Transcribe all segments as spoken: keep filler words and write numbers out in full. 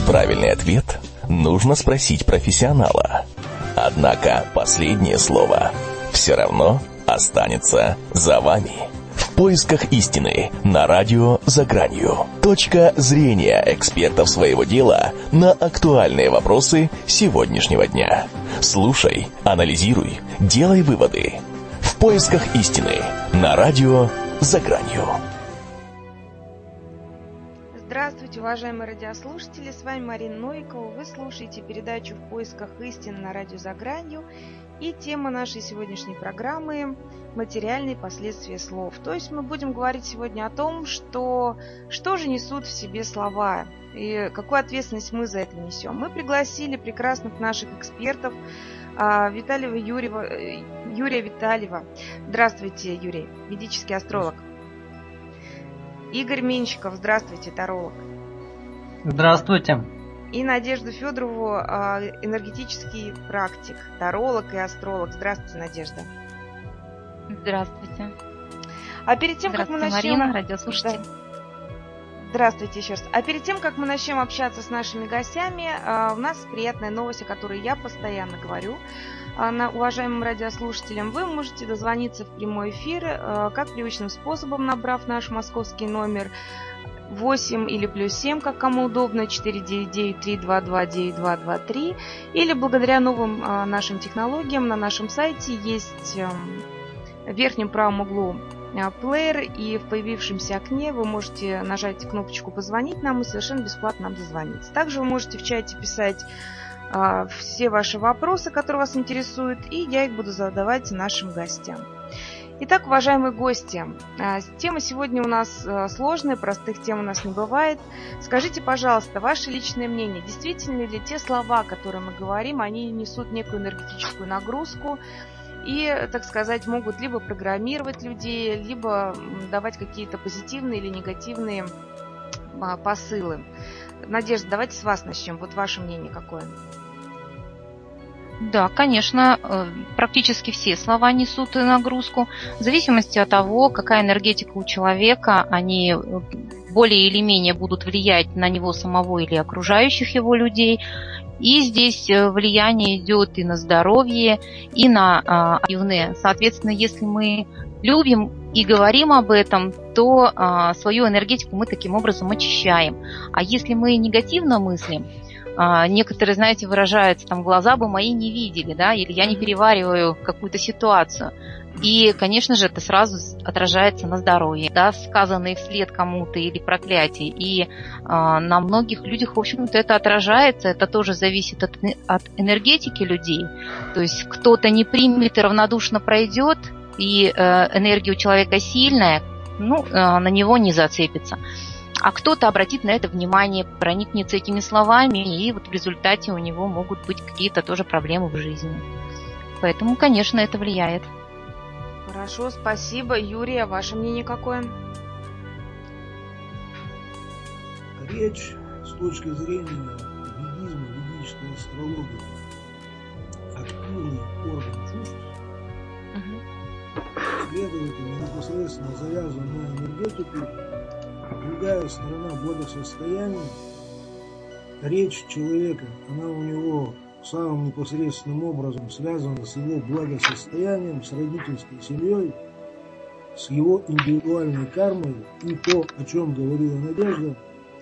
Правильный ответ нужно спросить профессионала. Однако последнее слово все равно останется за вами. В поисках истины на радио «За гранью». Точка зрения экспертов своего дела на актуальные вопросы сегодняшнего дня. Слушай, анализируй, делай выводы. В поисках истины на радио «За гранью». Здравствуйте, уважаемые радиослушатели, с вами Марина Новикова. Вы слушаете передачу «В поисках истины» на радио «За гранью». И тема нашей сегодняшней программы – материальные последствия слов. То есть мы будем говорить сегодня о том, что, что же несут в себе слова и какую ответственность мы за это несем. Мы пригласили прекрасных наших экспертов Виталия Юрьева, Юрия Витальева. Здравствуйте, Юрий, ведический астролог. Игорь Менщиков, здравствуйте, таролог. Здравствуйте. И Надежду Федорову, энергетический практик, таролог и астролог. Здравствуйте, Надежда. Здравствуйте. А перед тем, как мы начнем... Марина, радиослушатели. Да. Здравствуйте еще раз. А перед тем, как мы начнем общаться с нашими гостями, у нас приятная новость, о которой я постоянно говорю уважаемым радиослушателям. Вы можете дозвониться в прямой эфир, как привычным способом, набрав наш московский номер восемь или плюс семь, как кому удобно, четыре девять девять три два два девять два два три, или благодаря новым а, нашим технологиям на нашем сайте есть а, в верхнем правом углу а, плеер, и в появившемся окне вы можете нажать кнопочку «Позвонить нам» и совершенно бесплатно нам дозвониться. Также вы можете в чате писать а, все ваши вопросы, которые вас интересуют, и я их буду задавать нашим гостям. Итак, уважаемые гости, тема сегодня у нас сложная, простых тем у нас не бывает. Скажите, пожалуйста, ваше личное мнение, действительно ли те слова, которые мы говорим, они несут некую энергетическую нагрузку и, так сказать, могут либо программировать людей, либо давать какие-то позитивные или негативные посылы? Надежда, давайте с вас начнем. Вот ваше мнение какое? Да, конечно, практически все слова несут нагрузку. В зависимости от того, какая энергетика у человека, они более или менее будут влиять на него самого или окружающих его людей. И здесь влияние идет и на здоровье, и на активные. Соответственно, если мы любим и говорим об этом, то свою энергетику мы таким образом очищаем. А если мы негативно мыслим, некоторые, знаете, выражаются, там, глаза бы мои не видели, да, или я не перевариваю какую-то ситуацию. И, конечно же, это сразу отражается на здоровье, да, сказанные вслед кому-то или проклятие. И э, на многих людях, в общем-то, это отражается, это тоже зависит от, от энергетики людей. То есть кто-то не примет и равнодушно пройдет, и э, энергия у человека сильная, ну, э, на него не зацепится. А кто-то обратит на это внимание, проникнется этими словами, и вот в результате у него могут быть какие-то тоже проблемы в жизни. Поэтому, конечно, это влияет. Хорошо, спасибо. Юрий, а ваше мнение какое? Речь с точки зрения ведизма, ведической астрологии, активный орган чувств, угу. Следовательно, непосредственно завязан на энергетику. Другая сторона благосостояния, речь человека, она у него самым непосредственным образом связана с его благосостоянием, с родительской семьей, с его индивидуальной кармой. И то, о чем говорила Надежда,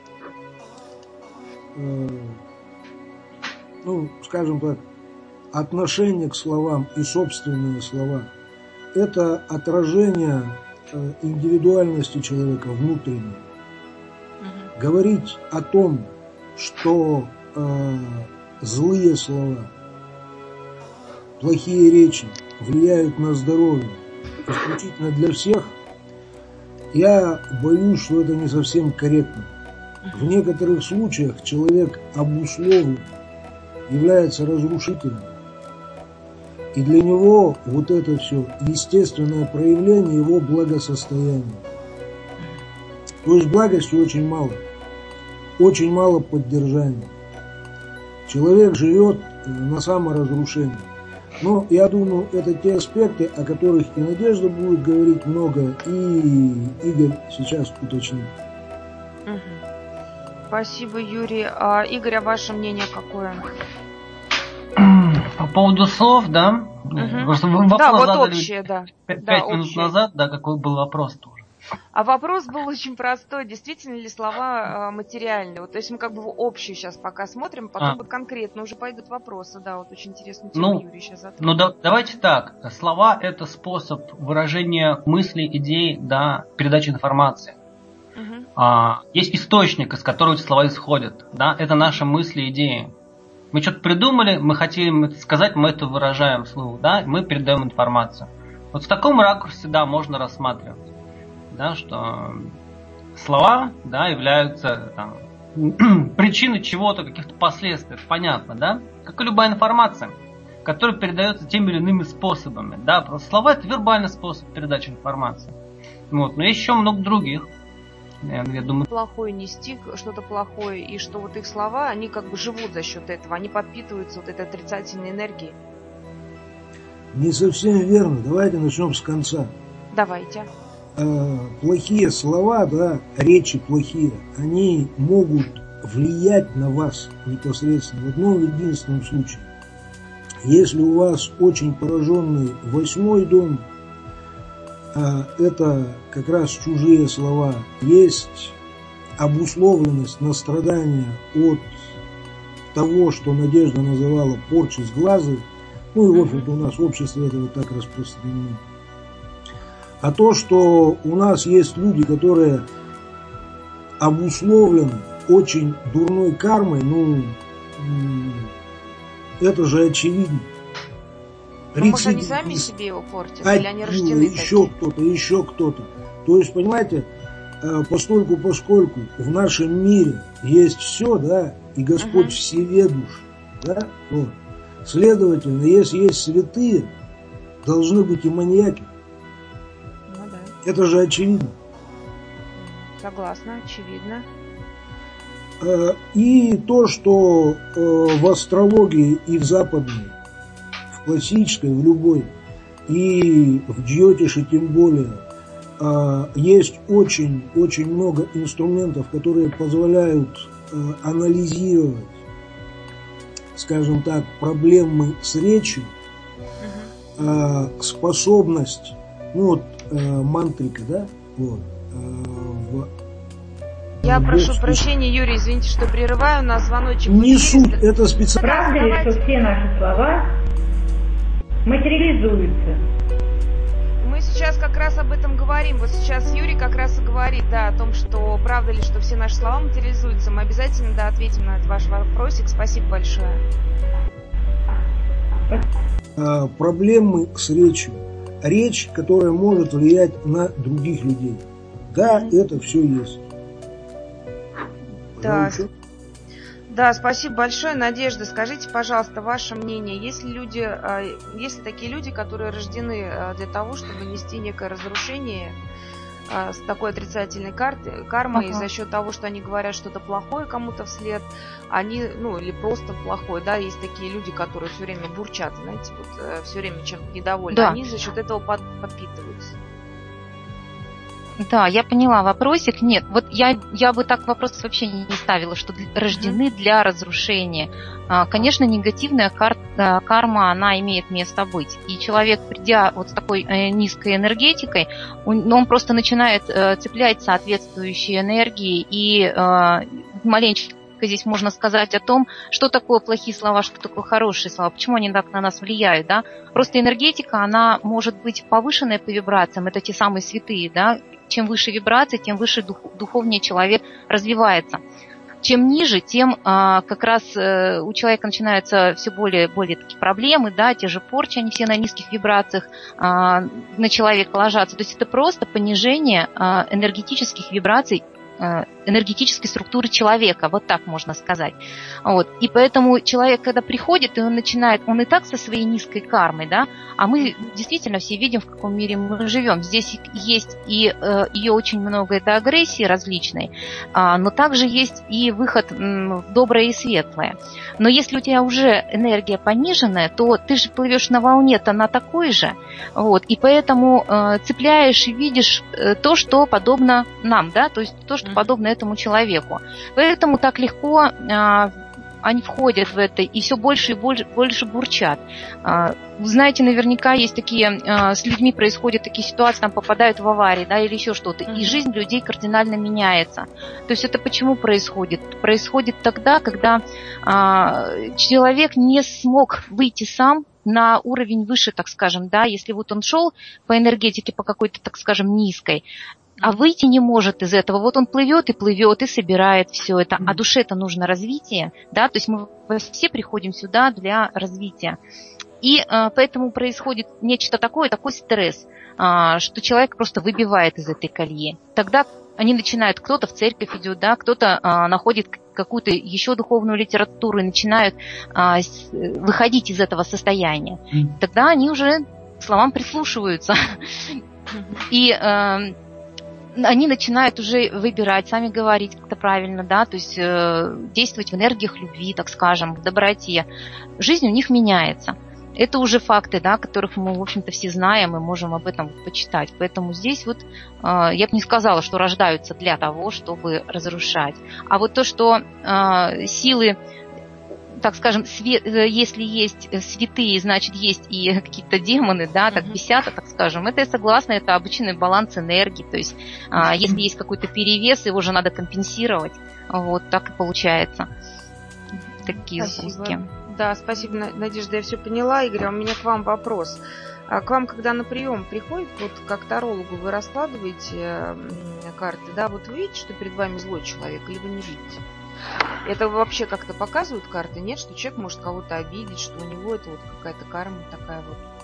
э, ну, скажем так, отношение к словам и собственные слова – это отражение индивидуальности человека внутренней. Uh-huh. Говорить о том, что э, злые слова, плохие речи влияют на здоровье исключительно для всех, я боюсь, что это не совсем корректно. Uh-huh. В некоторых случаях человек обусловлен, является разрушительным. И для него вот это все естественное проявление его благосостояния. То есть благости очень мало. Очень мало поддержания. Человек живет на саморазрушении. Но я думаю, это те аспекты, о которых и Надежда будет говорить много, и Игорь сейчас уточнит. Угу. Спасибо, Юрий. А, Игорь, а ваше мнение какое? По поводу слов, да? Угу. Просто вы вопрос да, вот задали общее, да. пять да, минут общее. назад, да, какой был вопрос тоже. А вопрос был очень простой. Действительно ли слова э, материальны? Вот, то есть мы как бы в общее сейчас пока смотрим, потом А. вот конкретно уже пойдут вопросы. Да, вот очень интересную тему Ну, Юрий сейчас затронул. ну да, давайте так. Слова – это способ выражения мыслей, идей, да, передачи информации. Угу. А, есть источник, из которого эти слова исходят. Да? Это наши мысли, идеи. Мы что-то придумали, мы хотим это сказать, мы это выражаем вслух, да, мы передаем информацию. Вот в таком ракурсе, да, можно рассматривать, да, что слова, да, являются там, причиной чего-то, каких-то последствий, это понятно, да, как и любая информация, которая передается теми или иными способами, да, просто слова – это вербальный способ передачи информации. Вот, но есть еще много других. Я, я думаю... Плохое нести, что-то плохое, и что вот их слова, они как бы живут за счет этого, они подпитываются вот этой отрицательной энергией. Не совсем верно. Давайте начнем с конца. Давайте. Э, плохие слова, да, речи плохие, они могут влиять на вас непосредственно в одном единственном случае. Если у вас очень пораженный восьмой дом, это как раз чужие слова. Есть обусловленность на страдания от того, что Надежда называла порчей с глаза. Ну и, в общем-то, у нас в обществе это вот так распространено. А то, что у нас есть люди, которые обусловлены очень дурной кармой, ну, это же очевидно. Ну, может, они сами себе его портят, а, или они рождены еще такие? кто-то, еще кто-то. То есть, понимаете, постольку, поскольку в нашем мире есть все, да, и Господь uh-huh. всеведущ, да, вот. Следовательно, если есть святые, должны быть и маньяки. Ну да. Это же очевидно. Согласна, очевидно. И то, что в астрологии и в западной, в классической, в любой, и в джиотише тем более, есть очень-очень много инструментов, которые позволяют анализировать, скажем так, проблемы с речью, uh-huh. способность, ну вот мантрика, да, вот, в Я прошу способ. прощения, Юрий, извините, что прерываю, у нас звоночек. Не суть, это специально. Правда ли, что все наши слова материализуются? Мы сейчас как раз об этом говорим. Вот сейчас Юрий как раз и говорит, да, о том, что правда ли, что все наши слова материализуются. Мы обязательно, да, ответим на этот ваш вопросик. Спасибо большое. А, проблемы с речью. Речь, которая может влиять на других людей. Да, mm-hmm. это все есть. Да. Да, спасибо большое. Надежда, скажите, пожалуйста, ваше мнение. Есть ли люди, есть ли такие люди, которые рождены для того, чтобы нести некое разрушение с такой отрицательной карты, кармой, ага. и за счет того, что они говорят что-то плохое кому-то вслед, они, ну, или просто плохое, да, есть такие люди, которые все время бурчат, знаете, вот все время чем-то недовольны, да. Они за счет этого под, подпитываются. Да, я поняла вопросик. Нет, вот я, я бы так вопрос вообще не ставила, что рождены для разрушения. Конечно, негативная кар, карма, она имеет место быть. И человек, придя вот с такой низкой энергетикой, он, он просто начинает цеплять соответствующие энергии, и маленечко здесь можно сказать о том, что такое плохие слова, что такое хорошие слова, почему они так на нас влияют, да. Просто энергетика, она может быть повышенная по вибрациям, это те самые святые, да. Чем выше вибрации, тем выше дух, духовнее человек развивается. Чем ниже, тем а, как раз а, у человека начинаются все более, более такие проблемы, да, те же порчи, они все на низких вибрациях а, на человека ложатся. То есть это просто понижение а, энергетических вибраций, энергетической структуры человека, вот так можно сказать. Вот. И поэтому человек, когда приходит, и он начинает, он и так со своей низкой кармой, да, а мы действительно все видим, в каком мире мы живем. Здесь есть и э, ее очень много, это агрессии различной, э, но также есть и выход м, в доброе и светлое. Но если у тебя уже энергия пониженная, то ты же плывешь на волне-то на такой же, вот, и поэтому э, цепляешь и видишь э, то, что подобно нам, да, то есть то, что что подобно этому человеку. Поэтому так легко а, они входят в это и все больше и больше, больше бурчат. А, вы знаете, наверняка есть такие, а, с людьми происходят такие ситуации, там попадают в аварии, да, или еще что-то, и жизнь людей кардинально меняется. То есть это почему происходит? Происходит тогда, когда а, человек не смог выйти сам на уровень выше, так скажем, да, если вот он шел по энергетике по какой-то, так скажем, низкой, а выйти не может из этого. Вот он плывет и плывет, и собирает все это. А душе-то нужно развитие, да, то есть мы все приходим сюда для развития. И а, поэтому происходит нечто такое, такой стресс, а, что человек просто выбивает из этой колеи. Тогда они начинают, кто-то в церковь идет, да, кто-то а, находит какую-то еще духовную литературу и начинают а, с, выходить из этого состояния. Тогда они уже к словам прислушиваются. И а, они начинают уже выбирать, сами говорить как-то правильно, да, то есть э, действовать в энергиях любви, так скажем, в доброте. Жизнь у них меняется. Это уже факты, да, которых мы, в общем-то, все знаем и можем об этом почитать. Поэтому здесь вот э, я бы не сказала, что рождаются для того, чтобы разрушать. А вот то, что э, силы, так скажем, свет, если есть святые, значит, есть и какие-то демоны, да, так бесята, так скажем. Это я согласна, это обычный баланс энергии. То есть, а, если есть какой-то перевес, его же надо компенсировать. Вот так и получается. Такие сгустки. Да, спасибо, Надежда, я все поняла. Игорь, а у меня к вам вопрос. А к вам, когда на прием приходит, вот как тарологу вы раскладываете карты, да, вот вы видите, что перед вами злой человек, или вы не видите? Это вообще как-то показывают карты? Нет, что человек может кого-то обидеть, что у него это вот какая-то карма такая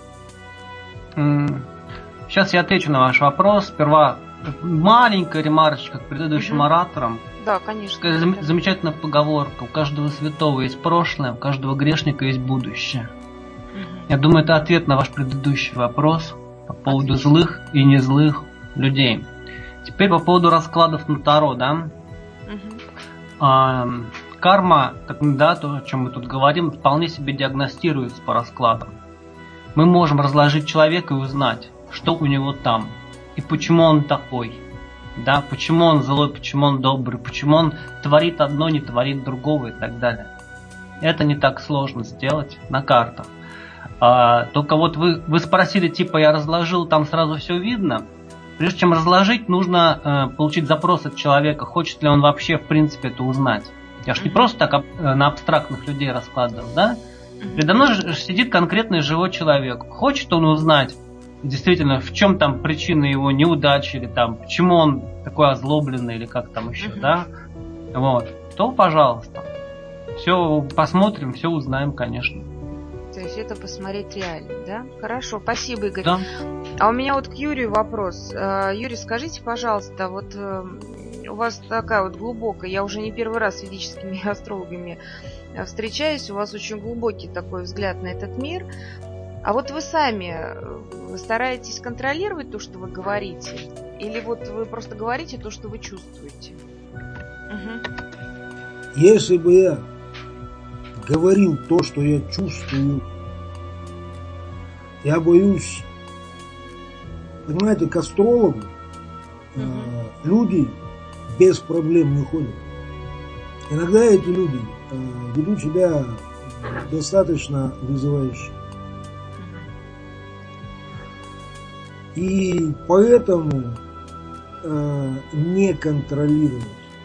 вот? Сейчас я отвечу на ваш вопрос. Сперва маленькая ремарочка к предыдущим угу. ораторам. Да, конечно. Зам- замечательная поговорка. У каждого святого есть прошлое, у каждого грешника есть будущее. Угу. Я думаю, это ответ на ваш предыдущий вопрос по поводу Отлично. Злых и незлых людей. Теперь по поводу раскладов на Таро, да? Угу. А, карма, так, да, то, о чем мы тут говорим, вполне себе диагностируется по раскладам. Мы можем разложить человека и узнать, что у него там, и почему он такой, да, почему он злой, почему он добрый, почему он творит одно, не творит другого и так далее. Это не так сложно сделать на картах. А, только вот вы, вы спросили, типа, я разложил, там сразу все видно. Прежде чем разложить, нужно э, получить запрос от человека, хочет ли он вообще, в принципе, это узнать. Я же не просто так э, на абстрактных людей раскладываю, да? Передо мной же сидит конкретный живой человек. Хочет он узнать, действительно, в чем там причина его неудачи, или там, почему он такой озлобленный, или как там еще, да? Вот. То, пожалуйста. Все посмотрим, все узнаем, конечно. То есть это посмотреть реально, да? Хорошо, спасибо, Игорь. Да. А у меня вот к Юрию вопрос. Юрий, скажите, пожалуйста, вот у вас такая вот глубокая, я уже не первый раз с ведическими астрологами встречаюсь, у вас очень глубокий такой взгляд на этот мир. А вот вы сами вы стараетесь контролировать то, что вы говорите? Или вот вы просто говорите то, что вы чувствуете? Угу. Если бы я говорил то, что я чувствую, я боюсь, понимаете, к астрологу э, люди без проблем не ходят. Иногда эти люди э, ведут себя достаточно вызывающе. И поэтому э, не контролировать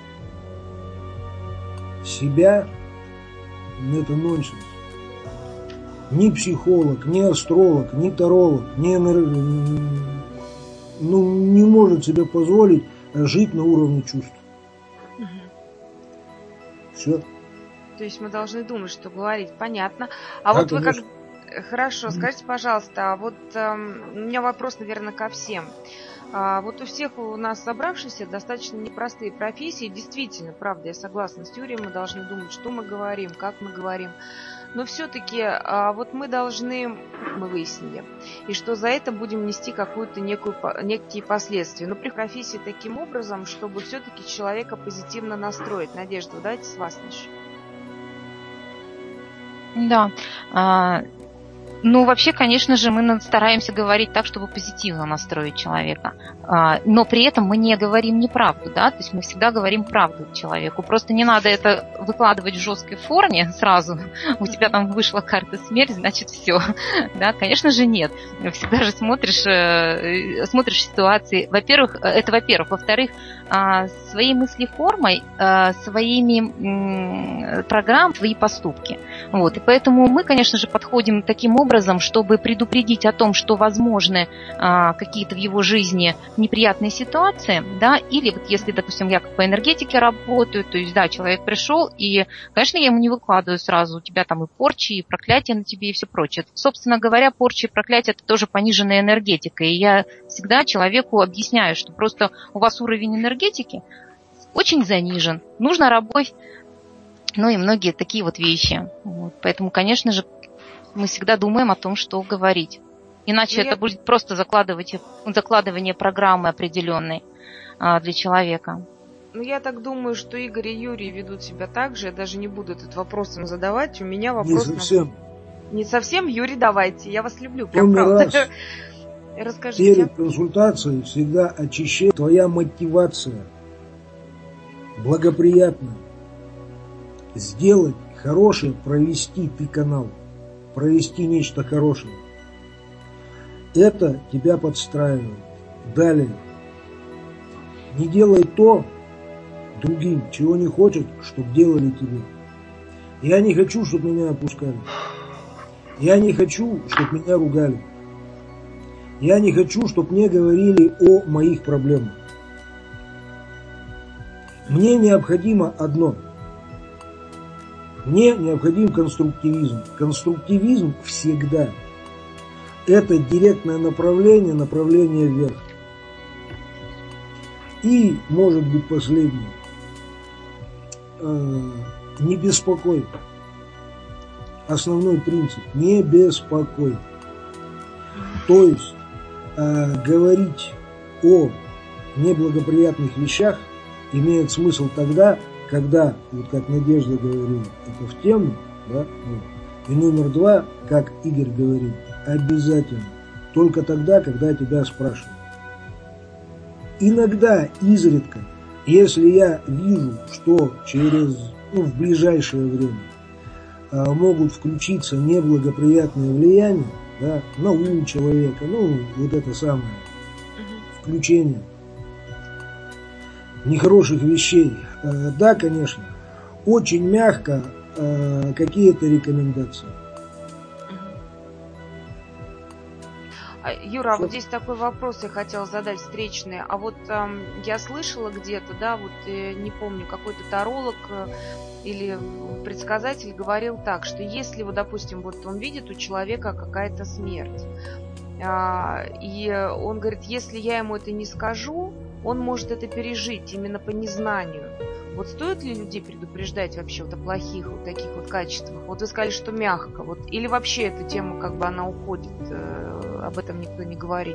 себя — это нонсенс. Ни психолог, ни астролог, ни таролог, ни энерг... ну, не может себе позволить жить на уровне чувств. Угу. Все. То есть мы должны думать, что говорить. Понятно. А да, вот вы конечно. Как... Хорошо, скажите, пожалуйста, а вот э, у меня вопрос, наверное, ко всем. А вот у всех у нас собравшихся достаточно непростые профессии. Действительно, правда, я согласна с Юрием, мы должны думать, что мы говорим, как мы говорим. Но все-таки а, вот мы должны, мы выяснили, и что за это будем нести какую-то некую, некие последствия. Но при профессии таким образом, чтобы все-таки человека позитивно настроить. Надежда, давайте с вас начнем. Да. Ну, вообще, конечно же, мы стараемся говорить так, чтобы позитивно настроить человека. Но при этом мы не говорим неправду, да, то есть мы всегда говорим правду человеку. Просто не надо это выкладывать в жесткой форме сразу. У тебя там вышла карта смерть, значит, все. Да, конечно же, нет. Всегда же смотришь, смотришь ситуации. Во-первых, это во-первых. Во-вторых, своей мыслеформой, своими программами, свои поступки. Вот. И поэтому мы, конечно же, подходим таким образом, образом, чтобы предупредить о том, что возможны а, какие-то в его жизни неприятные ситуации, да, или вот если, допустим, я как по энергетике работаю, то есть, да, человек пришел, и, конечно, я ему не выкладываю сразу, у тебя там и порчи, и проклятия на тебе, и все прочее. Собственно говоря, порчи и проклятия – это тоже пониженная энергетика, и я всегда человеку объясняю, что просто у вас уровень энергетики очень занижен, нужно работать, ну и многие такие вот вещи. Вот. Поэтому, конечно же, мы всегда думаем о том, что говорить. Иначе ну, это я... будет просто закладывание, закладывание программы определенной а, для человека. Ну, я так думаю, что Игорь и Юрий ведут себя так же. Я даже не буду этот вопрос им задавать. У меня вопрос... Не совсем. На... Не совсем, Юрий, давайте. Я вас люблю, прям правда. Расскажите. Перед консультацией всегда очищает твоя мотивация. Благоприятно. Сделать хорошее, провести ты канал. Провести нечто хорошее. Это тебя подстраивает. Далее. Не делай то другим, чего не хочет, чтобы делали тебе. Я не хочу, чтобы меня опускали. Я не хочу, чтобы меня ругали. Я не хочу, чтобы мне говорили о моих проблемах. Мне необходимо одно. Мне необходим конструктивизм. Конструктивизм всегда это директное направление, направление вверх. И, может быть, последнее. Э, не беспокой. Основной принцип. Не беспокой. То есть э, говорить о неблагоприятных вещах имеет смысл тогда, когда, вот как Надежда говорила, это в тему, да, вот. И номер два, как Игорь говорит, обязательно, только тогда, когда тебя спрашивают. Иногда, изредка, если я вижу, что через, ну, в ближайшее время а, могут включиться неблагоприятные влияния, да, на ум человека, ну, вот это самое включение нехороших вещей, да, конечно, очень мягко э, какие-то рекомендации. Юра, а вот здесь такой вопрос я хотела задать встречный. А вот эм, я слышала где-то, да, вот э, не помню, какой-то таролог э, или предсказатель говорил так, что если, вот, допустим, вот он видит у человека какая-то смерть, э, и он говорит, если я ему это не скажу, он может это пережить именно по незнанию. Вот стоит ли людей предупреждать вообще вот о плохих вот таких вот качествах? Вот вы сказали, что мягко. Вот, или вообще эта тема, как бы, она уходит, э, об этом никто не говорит?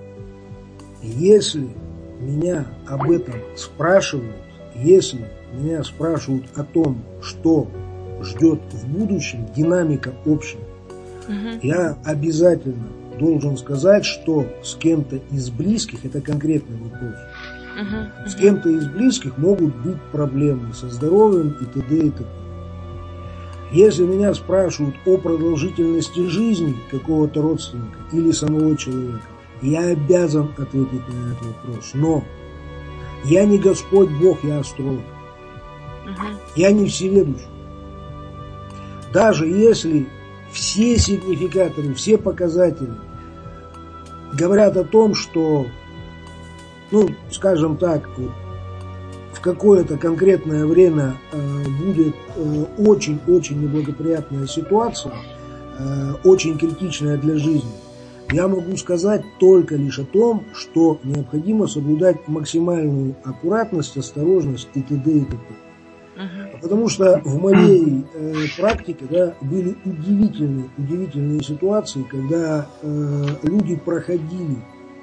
Если меня об этом спрашивают, если меня спрашивают о том, что ждет в будущем, динамика общая, угу. Я обязательно должен сказать, что с кем-то из близких, это конкретный вопрос, uh-huh, uh-huh. с кем-то из близких могут быть проблемы со здоровьем и т.д. и т.п. Если меня спрашивают о продолжительности жизни какого-то родственника или самого человека, я обязан ответить на этот вопрос. Но я не Господь Бог, я астролог. Uh-huh. Я не всеведущий. Даже если все сигнификаторы, все показатели говорят о том, что, ну, скажем так, в какое-то конкретное время э, будет очень-очень э, неблагоприятная ситуация, э, очень критичная для жизни, я могу сказать только лишь о том, что необходимо соблюдать максимальную аккуратность, осторожность и т.д. и т.п. Uh-huh. Потому что в моей э, практике, да, были удивительные, удивительные ситуации, когда э, люди проходили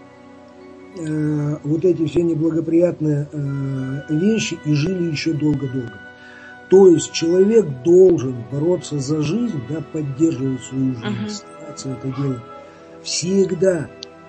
э, вот эти все неблагоприятные э, вещи и жили еще долго-долго. То есть человек должен бороться за жизнь, да, поддерживать свою жизнь, uh-huh. информации это делать. Всегда.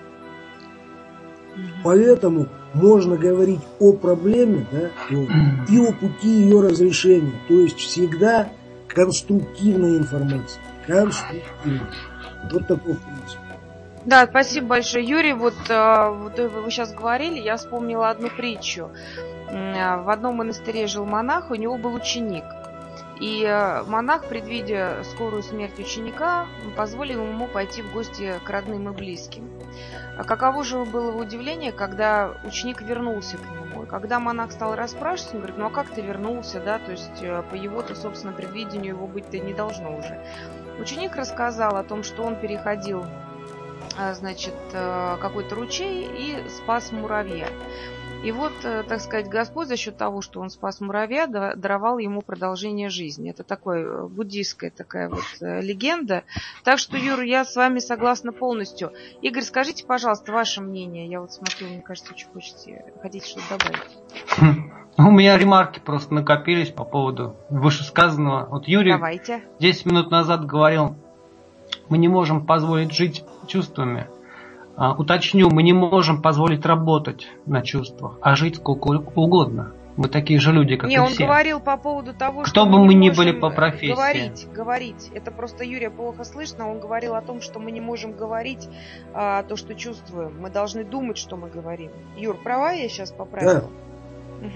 Поэтому можно говорить о проблеме, да, и о пути ее разрешения. То есть всегда конструктивная информация. Конструктивная. Вот такой принцип. Да, спасибо большое, Юрий. Вот, вот вы сейчас говорили, я вспомнила одну притчу. В одном монастыре жил монах, у него был ученик. И монах, предвидя скорую смерть ученика, позволил ему пойти в гости к родным и близким. Каково же было его удивление, когда ученик вернулся к нему. И когда монах стал расспрашивать, он говорит: ну а как ты вернулся, да, то есть по его-то, собственно, предвидению его быть-то не должно уже. Ученик рассказал о том, что он переходил, значит, какой-то ручей и спас муравья. И вот, так сказать, Господь за счет того, что он спас муравья, даровал ему продолжение жизни. Это такой буддийская такая вот легенда. Так что, Юра, я с вами согласна полностью. Игорь, скажите, пожалуйста, ваше мнение. Я вот смотрю, мне кажется, очень хочете, хотите что-то добавить. У меня ремарки просто накопились по поводу вышесказанного. Вот Юрий Давайте. десять минут назад говорил, мы не можем позволить жить чувствами. А, уточню, мы не можем позволить работать на чувствах, а жить сколько угодно. Мы такие же люди, как не, и он все. Он говорил по поводу того, Кто что бы мы, мы не ни были по профессии. Говорить, говорить. Это просто Юрия плохо слышно. Он говорил о том, что мы не можем говорить а, то, что чувствуем. Мы должны думать, что мы говорим. Юр, права я сейчас поправила? Да.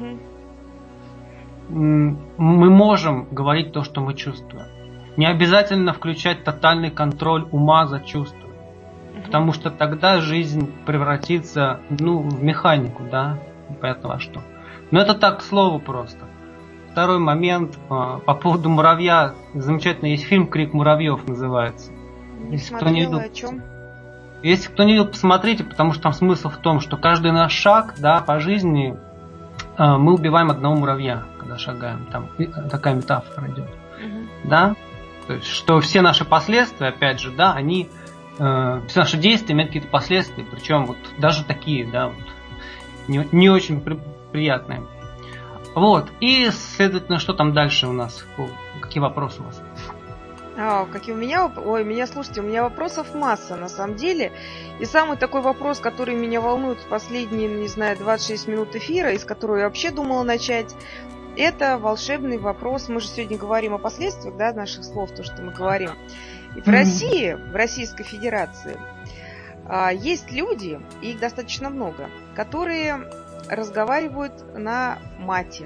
Угу. Мы можем говорить то, что мы чувствуем. Не обязательно включать тотальный контроль ума за чувством. Потому что тогда жизнь превратится, ну, в механику, да, непонятно во что. Но это так, к слову просто. Второй момент э, по поводу муравья. Замечательно, есть фильм «Крик муравьев» называется. Не Если смотрела, кто не видел, о чем? Если кто не видел, посмотрите, потому что там смысл в том, что каждый наш шаг, да, по жизни э, мы убиваем одного муравья, когда шагаем. Там такая метафора идет. Угу. Да? То есть, что все наши последствия, опять же, да, они... все наши действия имеют какие-то последствия, причем вот даже такие, да, вот, не, не очень при, приятные. Вот, и, следовательно, что там дальше у нас? Какие вопросы у вас? А, какие у меня? Ой, меня, слушайте, у меня вопросов масса, на самом деле. И самый такой вопрос, который меня волнует в последние, не знаю, двадцать шесть минут эфира, из которого я вообще думала начать, это волшебный вопрос. Мы же сегодня говорим о последствиях, да, наших слов, то, что мы говорим. И в России, в Российской Федерации, есть люди, и их достаточно много, которые разговаривают на мате.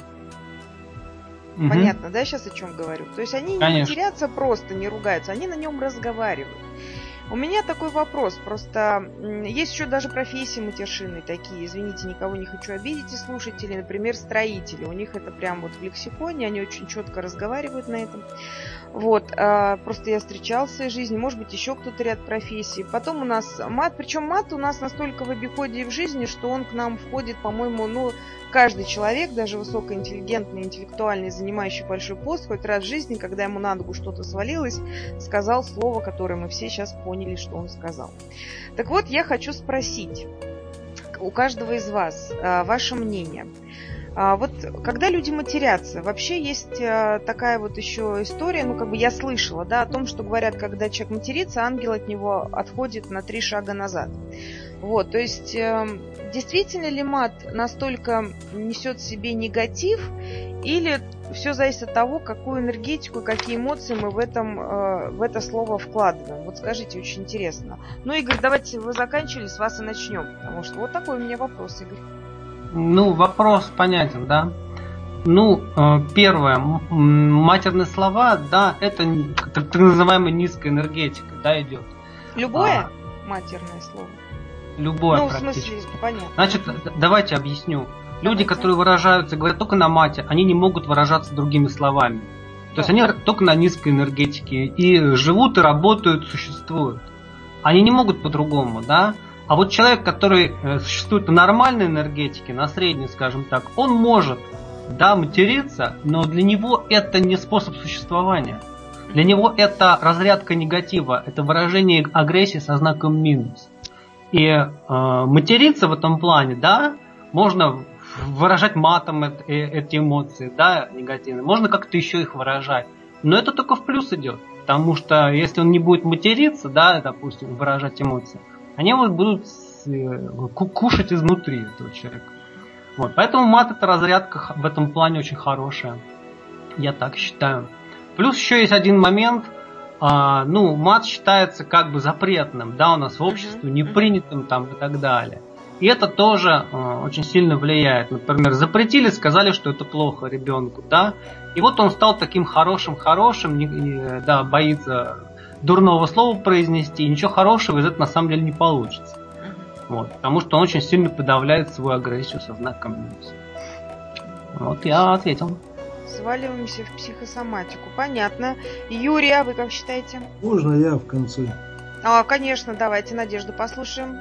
Угу. Понятно, да, сейчас о чем говорю? То есть они Конечно. не матерятся просто, не ругаются, они на нем разговаривают. У меня такой вопрос, просто есть еще даже профессии матершинные такие, извините, никого не хочу обидеть и слушателей, например, строители, у них это прям вот в лексиконе, они очень четко разговаривают на этом. Вот, а, просто я встречала в своей жизни, может быть, еще кто-то ряд профессий. Потом у нас мат, причем мат у нас настолько в обиходе в жизни, что он к нам входит, по-моему, ну, каждый человек, даже высокоинтеллигентный, интеллектуальный, занимающий большой пост, хоть раз в жизни, когда ему на ногу что-то свалилось, сказал слово, которое мы все сейчас поняли, что он сказал. Так вот, я хочу спросить у каждого из вас а, ваше мнение. А, вот когда люди матерятся, вообще есть а, такая вот еще история, ну как бы я слышала, да, о том, что говорят, когда человек матерится, ангел от него отходит на три шага назад. Вот, то есть э, действительно ли мат настолько несет в себе негатив, или все зависит от того, какую энергетику, какие эмоции мы в, этом, э, в это слово вкладываем. Вот скажите, очень интересно. Ну, Игорь, давайте вы заканчивали, с вас и начнем, потому что вот такой у меня вопрос, Игорь. Ну, вопрос понятен, да. Ну, первое, матерные слова, да, это так называемая низкая энергетика, да, идет. Любое а, матерное слово? Любое ну, практически. В смысле, понятно. Значит, давайте объясню. Люди, которые выражаются, говорят только на мате, они не могут выражаться другими словами. То да. есть они только на низкой энергетике и живут, и работают, существуют. Они не могут по-другому, да. А вот человек, который существует на нормальной энергетике, на средней, скажем так, он может, да, материться, но для него это не способ существования. Для него это разрядка негатива, это выражение агрессии со знаком минус. И э, материться в этом плане, да, можно выражать матом эти эмоции, да, негативные, можно как-то еще их выражать. Но это только в плюс идет. Потому что если он не будет материться, да, допустим, выражать эмоции, они вот будут кушать изнутри этого человека. Вот. Поэтому мат — это разрядка в этом плане очень хорошая. Я так считаю. Плюс еще есть один момент. А, ну, мат считается как бы запретным, да, у нас в обществе, непринятым там и так далее. И это тоже э, очень сильно влияет. Например, запретили, сказали, что это плохо ребенку, да. И вот он стал таким хорошим-хорошим, не, не, да, боится дурного слова произнести, и ничего хорошего из этого на самом деле не получится. Вот, потому что он очень сильно подавляет свою агрессию со знаком минус. Вот я ответил. Сваливаемся в психосоматику. Понятно. Юрий, а вы как считаете? Можно я в конце? А, конечно, давайте Надежду послушаем.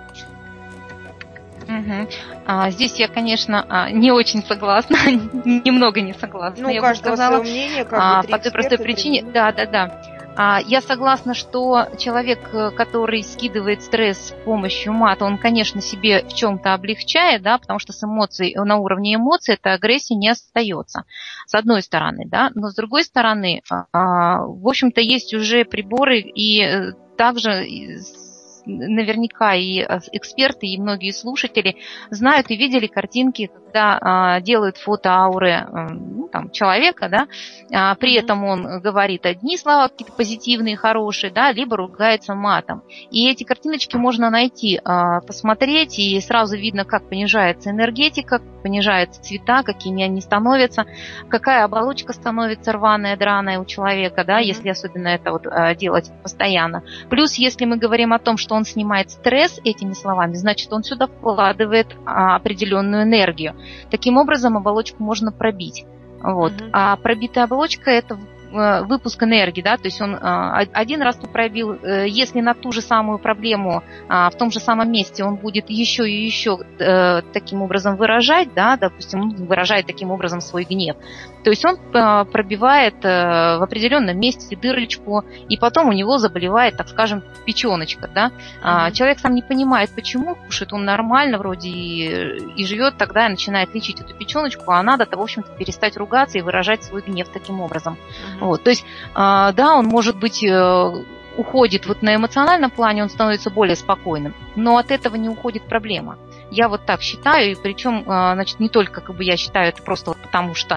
Угу. А, здесь я, конечно, не очень согласна, немного не согласна. Ну, у каждого свое мнение, как а, бы по той простой причине, да, да, да. А, я согласна, что человек, который скидывает стресс с помощью мата, он, конечно, себе в чем-то облегчает, да, потому что с эмоций, на уровне эмоций эта агрессия не остается, с одной стороны, да, но с другой стороны, а, в общем-то, есть уже приборы и также наверняка и эксперты, и многие слушатели знают и видели картинки, когда а, делают фото ауры а, ну, там, человека, да, а, при этом он говорит одни слова какие-то позитивные, хорошие, да, либо ругается матом. И эти картиночки можно найти, а, посмотреть, и сразу видно, как понижается энергетика, как понижаются цвета, какими они становятся, какая оболочка становится рваная, драная у человека, да, mm-hmm. если особенно это вот, а, делать постоянно. Плюс, если мы говорим о том, что он снимает стресс этими словами, значит, он сюда вкладывает а, определенную энергию. Таким образом, оболочку можно пробить. Вот. Mm-hmm. А пробитая оболочка – это выпуск энергии, да, то есть он один раз пробил, если на ту же самую проблему в том же самом месте он будет еще и еще таким образом выражать, да, допустим, он выражает таким образом свой гнев, то есть он пробивает в определенном месте дырочку, и потом у него заболевает, так скажем, печеночка, да. Mm-hmm. Человек сам не понимает, почему, кушает он нормально вроде и, и живет тогда, и начинает лечить эту печеночку, а надо, в общем-то, перестать ругаться и выражать свой гнев таким образом. Mm-hmm. Вот, то есть, да, он, может быть, уходит вот на эмоциональном плане, он становится более спокойным, но от этого не уходит проблема. Я вот так считаю, и причем, значит, не только, как бы, я считаю это просто вот потому, что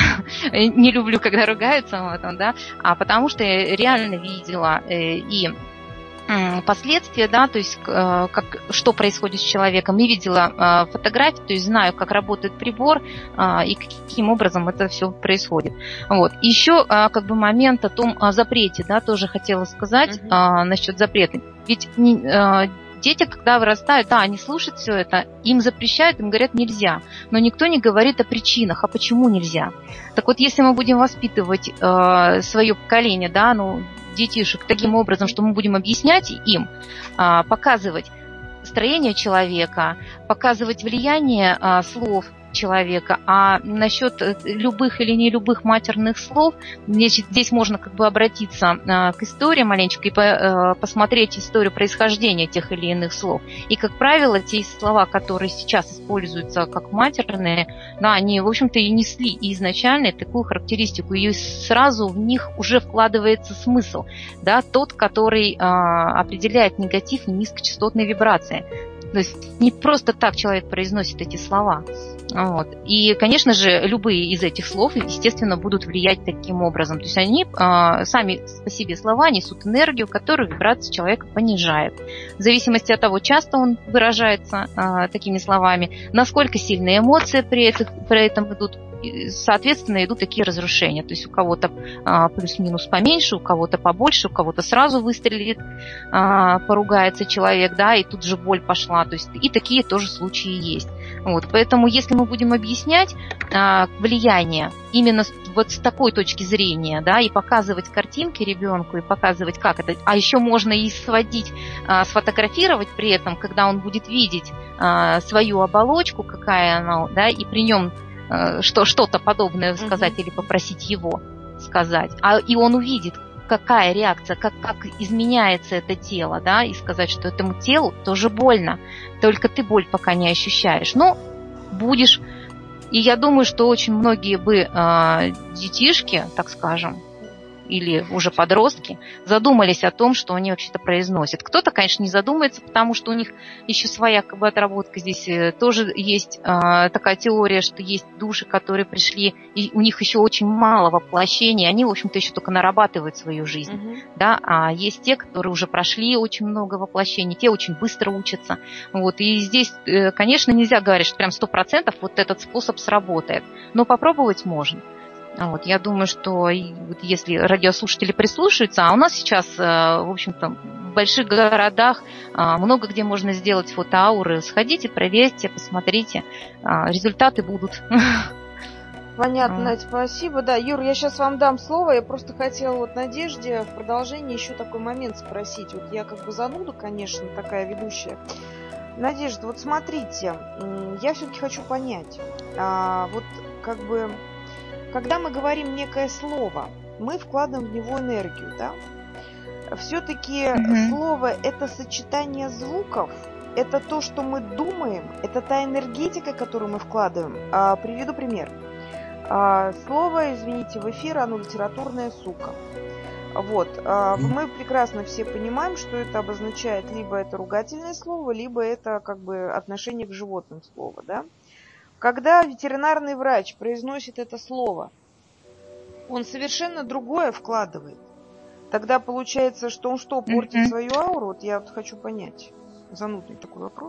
не люблю, когда ругаются, да, а потому что я реально видела и последствия, да, то есть как, что происходит с человеком. Я видела фотографии, то есть знаю, как работает прибор и каким образом это все происходит. Вот. Еще как бы момент о том о запрете, да, тоже хотела сказать uh-huh. насчет запрета. Ведь дети, когда вырастают, да, они слушают все это, им запрещают, им говорят нельзя, но никто не говорит о причинах, а почему нельзя. Так вот, если мы будем воспитывать свое поколение, да, ну, детишек таким образом, что мы будем объяснять им, показывать строение человека, показывать влияние слов человека, а насчет любых или не любых матерных слов, здесь, здесь можно как бы обратиться а, к истории маленечко и по, а, посмотреть историю происхождения тех или иных слов. И, как правило, те слова, которые сейчас используются как матерные, да, они, в общем-то, и несли изначально такую характеристику, и сразу в них уже вкладывается смысл, да, тот, который а, определяет негатив и низкочастотные вибрации. То есть не просто так человек произносит эти слова. Вот. И, конечно же, любые из этих слов, естественно, будут влиять таким образом. То есть они э, сами по себе слова несут энергию, которую вибрация человека понижает. В зависимости от того, часто он выражается э, такими словами, насколько сильные эмоции при, этих, при этом идут, соответственно, идут такие разрушения. То есть у кого-то а, плюс-минус поменьше, у кого-то побольше, у кого-то сразу выстрелит, а, поругается человек, да, и тут же боль пошла. То есть и такие тоже случаи есть. Вот, поэтому если мы будем объяснять а, влияние именно с, вот с такой точки зрения, да, и показывать картинки ребенку, и показывать, как это, а еще можно и сводить, а, сфотографировать при этом, когда он будет видеть а, свою оболочку, какая она, да, и при нем что, что-то подобное сказать mm-hmm. или попросить его сказать, а и он увидит, какая реакция, как, как изменяется это тело, да, и сказать, что этому телу тоже больно, только ты боль пока не ощущаешь, но будешь. И я думаю, что очень многие бы э, детишки, так скажем, или уже подростки задумались о том, что они вообще-то произносят. Кто-то, конечно, не задумается, потому что у них еще своя как бы отработка. Здесь тоже есть э, такая теория, что есть души, которые пришли, и у них еще очень мало воплощений, они, в общем-то, еще только нарабатывают свою жизнь. Uh-huh. Да? А есть те, которые уже прошли очень много воплощений, те очень быстро учатся. Вот. И здесь, э, конечно, нельзя говорить, что прям сто процентов вот этот способ сработает, но попробовать можно. Вот, я думаю, что вот если радиослушатели прислушаются, а у нас сейчас, в общем-то, в больших городах много где можно сделать фотоауры, сходите, проверьте, посмотрите, результаты будут. Понятно, Надь, спасибо. Да, Юр, я сейчас вам дам слово. Я просто хотела вот Надежде в продолжении еще такой момент спросить. Вот я как бы зануда, конечно, такая ведущая. Надежда, вот смотрите, я все-таки хочу понять, вот как бы... Когда мы говорим некое слово, мы вкладываем в него энергию, да? Все-таки mm-hmm. слово – это сочетание звуков, это то, что мы думаем, это та энергетика, которую мы вкладываем. А, приведу пример. А, слово, извините, в эфир, оно литературная сука. Вот. А, мы прекрасно все понимаем, что это обозначает либо это ругательное слово, либо это как бы отношение к животным слово, да? Когда ветеринарный врач произносит это слово, он совершенно другое вкладывает. Тогда получается, что он что, портит mm-hmm. свою ауру? Вот я вот хочу понять. Занудный такой вопрос.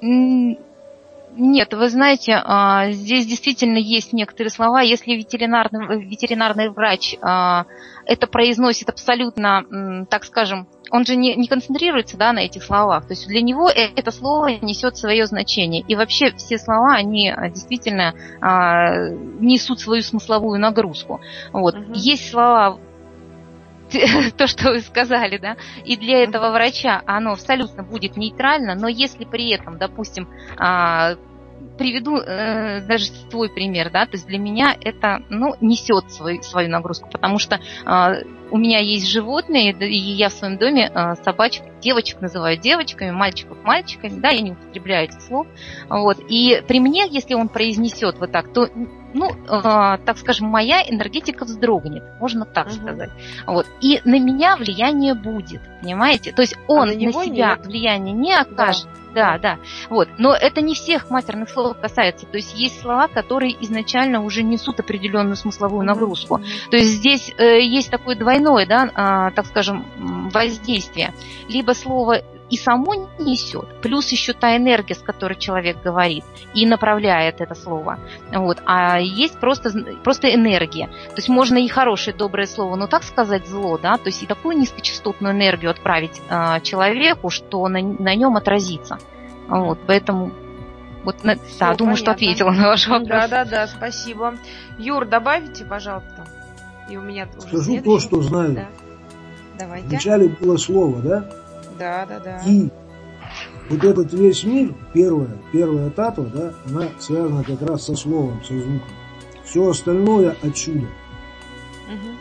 Нет, вы знаете, здесь действительно есть некоторые слова. Если ветеринарный, ветеринарный врач это произносит абсолютно, так скажем, он же не, не концентрируется, да, на этих словах. То есть для него это слово несет свое значение. И вообще все слова, они действительно а, несут свою смысловую нагрузку. Вот. Угу. Есть слова, то, что вы сказали, да, и для этого врача оно абсолютно будет нейтрально, но если при этом, допустим, а, приведу э, даже свой пример, да, то есть для меня это, ну, несет свою, свою нагрузку, потому что э, у меня есть животные, и я в своем доме э, собачек, девочек называю девочками, мальчиков мальчиками, да, я не употребляю этих слов, вот, и при мне, если он произнесет вот так, то, ну, э, так скажем, моя энергетика вздрогнет, можно так угу. сказать, вот, и на меня влияние будет, понимаете, то есть он а на, на себя нет. влияние не окажет. Да. Да, да, вот. Но это не всех матерных слов касается. То есть есть слова, которые изначально уже несут определенную смысловую нагрузку. Mm-hmm. То есть здесь э, есть такое двойное, да, э, так скажем, воздействие. Либо слово и само несет, плюс еще та энергия, с которой человек говорит и направляет это слово. Вот. А есть просто, просто энергия. То есть можно и хорошее, доброе слово, но так сказать зло, да, то есть и такую низкочастотную энергию отправить э, человеку, что на, на нем отразится. Вот. Поэтому вот, на, да, думаю, понятно. Что ответила на ваш вопрос. Да, да, да, спасибо. Юр, добавите, пожалуйста. И у меня уже скажу то, что знаю. Да. Давайте. Вначале было слово, да? Да, да, да. И вот этот весь мир, первая, первая татва, да, она связана как раз со словом, со звуком. Все остальное отсюда. Угу.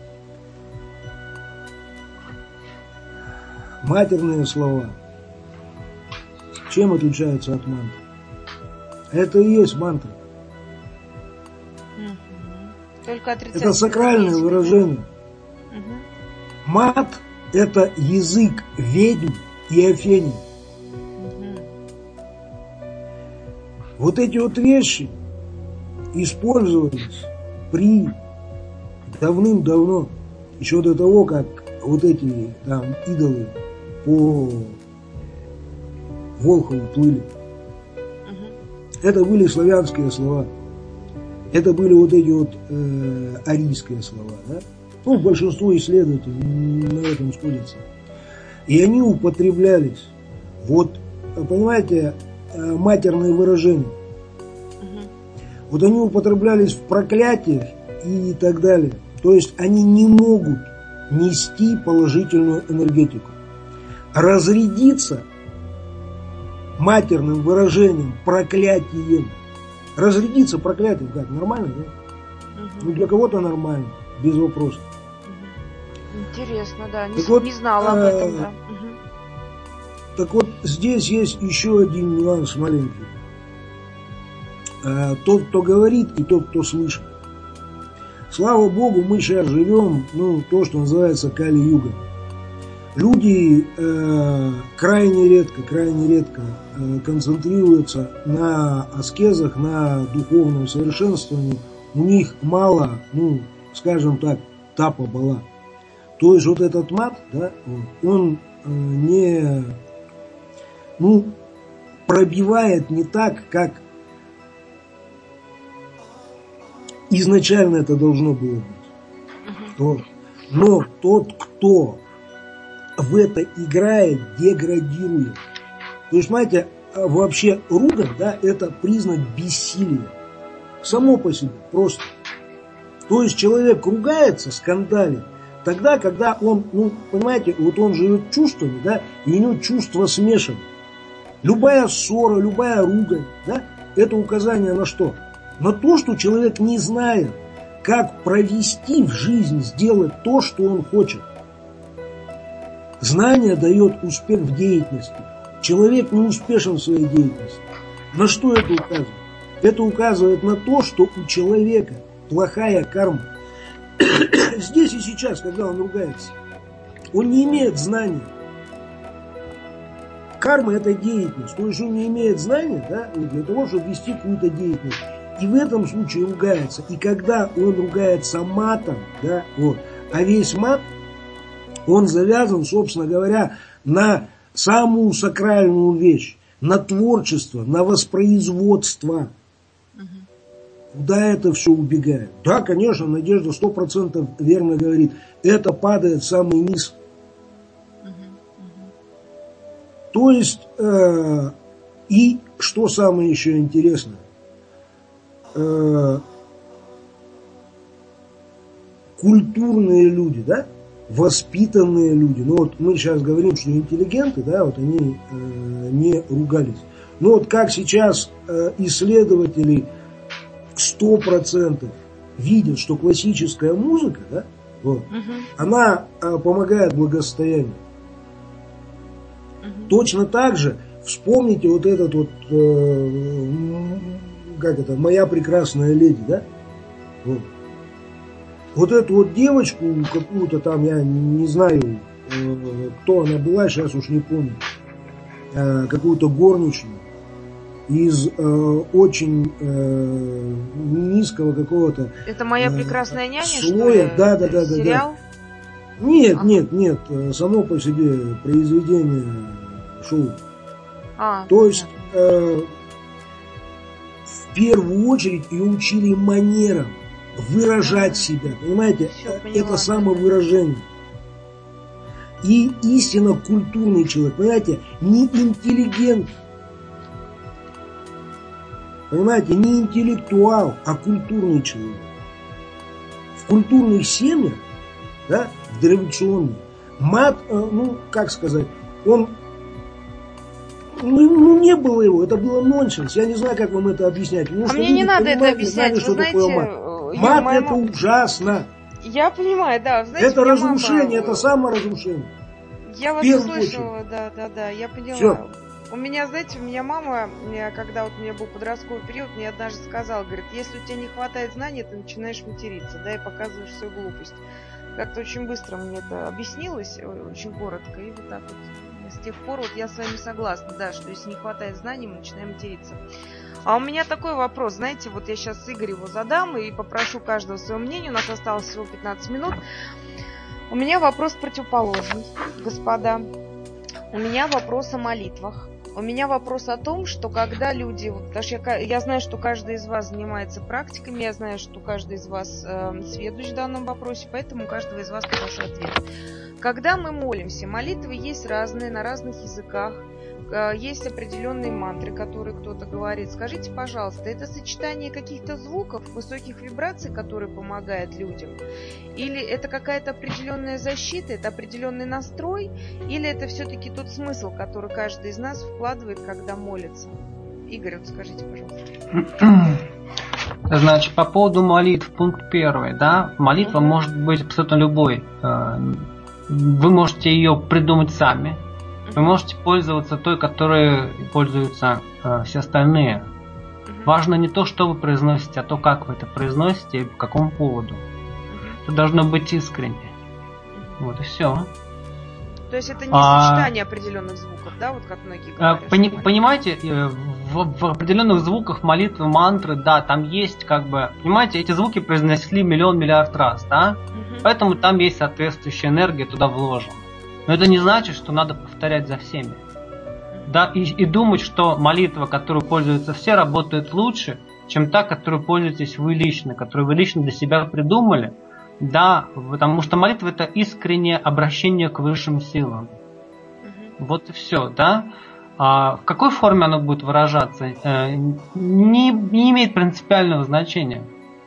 Матерные слова. Чем отличаются от мантры? Это и есть мантра. Угу. Только это сакральное выражение. Угу. Мат – это язык ведьм и афений. Угу. Вот эти вот вещи использовались при давным-давно, еще до того, как вот эти там идолы по Волхову плыли. Угу. Это были славянские слова. Это были вот эти вот э, арийские слова, да? Ну, большинство исследователей на этом сходятся. И они употреблялись. Вот, понимаете, матерные выражения. Угу. Вот они употреблялись в проклятиях и так далее. То есть они не могут нести положительную энергетику. Разрядиться матерным выражением, проклятием. Разрядиться проклятием, как, нормально, да? Угу. Ну, для кого-то нормально, без вопросов. Интересно, да, не, вот, не знала об этом, да. Угу. Так вот, здесь есть еще один нюанс маленький. А, тот, кто говорит, и тот, кто слышит. слава Богу, мы сейчас живем, ну, то, что называется Кали-югом. Люди э, крайне редко, крайне редко э, концентрируются на аскезах, на духовном совершенствовании. У них мало, ну, скажем так, тапа бала. То есть вот этот мат, да, он э, не, ну, пробивает не так, как изначально это должно было быть. То, но тот, кто в это играет, деградирует. То есть, знаете, вообще ругань, да, это признак бессилия. Само по себе, просто. То есть человек ругается, скандалит, тогда, когда он, ну, понимаете, вот он живет чувствами, да, и у него чувства смешаны. Любая ссора, любая ругань, да, это указание на что? На то, что человек не знает, как провести в жизнь, сделать то, что он хочет. Знание дает успех в деятельности. Человек не успешен в своей деятельности. На что это указывает? Это указывает на то, что у человека плохая карма. Здесь и сейчас, когда он ругается, он не имеет знания. Карма – это деятельность. То есть он не имеет знания, да, для того, чтобы вести какую-то деятельность. И в этом случае ругается. И когда он ругается матом, да, вот, а весь мат, он завязан, собственно говоря, на самую сакральную вещь, на творчество, на воспроизводство. Угу. Куда это все убегает? Да, конечно, Надежда сто процентов верно говорит. Это падает в самый низ. Угу. Угу. То есть, э, и что самое еще интересное, э, культурные люди, да? Воспитанные люди, ну вот мы сейчас говорим, что интеллигенты, да, вот они э, не ругались. Но вот как сейчас э, исследователи сто процентов видят, что классическая музыка, да, вот, угу. она э, помогает благосостоянию. Угу. Точно так же вспомните вот этот вот, э, как это, «Моя прекрасная леди», да, вот. Вот эту вот девочку, какую-то там, я не знаю, кто она была, сейчас уж не помню, какую-то горничную из очень низкого какого-то Это «Моя прекрасная няня», слоя. что ли? Да, да, да, да, сериал? Да. Нет, а. нет, нет, само по себе произведение шоу. А, То есть э, в первую очередь ее учили манерам. Выражать себя, понимаете, это самовыражение. И истинно культурный человек, понимаете, не интеллигент, понимаете, не интеллектуал, а культурный человек. В культурных семьях, да, в дореволюционных, мат, ну, как сказать, он, ну, ну, не было его, это было нонсенс, я не знаю, как вам это объяснять. Ну, а мне не надо это объяснять, знали, вы знаете... Мат я, это мама... ужасно. Я понимаю, да. Знаете, это разрушение, мама... это саморазрушение. Я вас услышала, да, да, да, я поняла. Все. У меня, знаете, у меня мама, когда вот у меня был подростковый период, мне однажды сказала, говорит, если у тебя не хватает знаний, ты начинаешь материться, да, и показываешь свою глупость. Как-то очень быстро мне это объяснилось, очень коротко, и вот так вот. С тех пор вот я с вами согласна, да, что если не хватает знаний, мы начинаем материться. А у меня такой вопрос, знаете, вот я сейчас Игорь его задам и попрошу каждого своего мнения, у нас осталось всего пятнадцать минут. У меня вопрос противоположный, господа. У меня вопрос о молитвах. У меня вопрос о том, что когда люди, вот, потому что я, я знаю, что каждый из вас занимается практиками, я знаю, что каждый из вас э, сведущ в данном вопросе, поэтому у каждого из вас попрошу ответ. Когда мы молимся, молитвы есть разные, на разных языках, э, есть определенные мантры, которые кто-то говорит. Скажите, пожалуйста, это сочетание каких-то звуков, высоких вибраций, которые помогают людям? Или это какая-то определенная защита, это определенный настрой, или это все-таки тот смысл, который каждый из нас вкладывает, когда молится? Игорь, вот скажите, пожалуйста. Значит, по поводу молитв, пункт первый, да, молитва угу. может быть абсолютно любой. Вы можете ее придумать сами, вы можете пользоваться той, которой пользуются все остальные. Важно не то, что вы произносите, а то, как вы это произносите и по какому поводу. Это должно быть искренне. Вот и все. То есть это не А, сочетание определенных звуков, да, вот как многие говорят. Пони, что понимаете, в, в определенных звуках молитвы, мантры, да, там есть как бы, понимаете, эти звуки произнесли миллион-миллиард раз, да, Мгм. поэтому там есть соответствующая энергия туда вложена. Но это не значит, что надо повторять за всеми. Да, и, и думать, что молитва, которой пользуются все, работает лучше, чем та, которой пользуетесь вы лично, которую вы лично для себя придумали. Да, потому что молитва — это искреннее обращение к высшим силам. Мгм. Вот и все, да. А в какой форме оно будет выражаться, э, не, не имеет принципиального значения.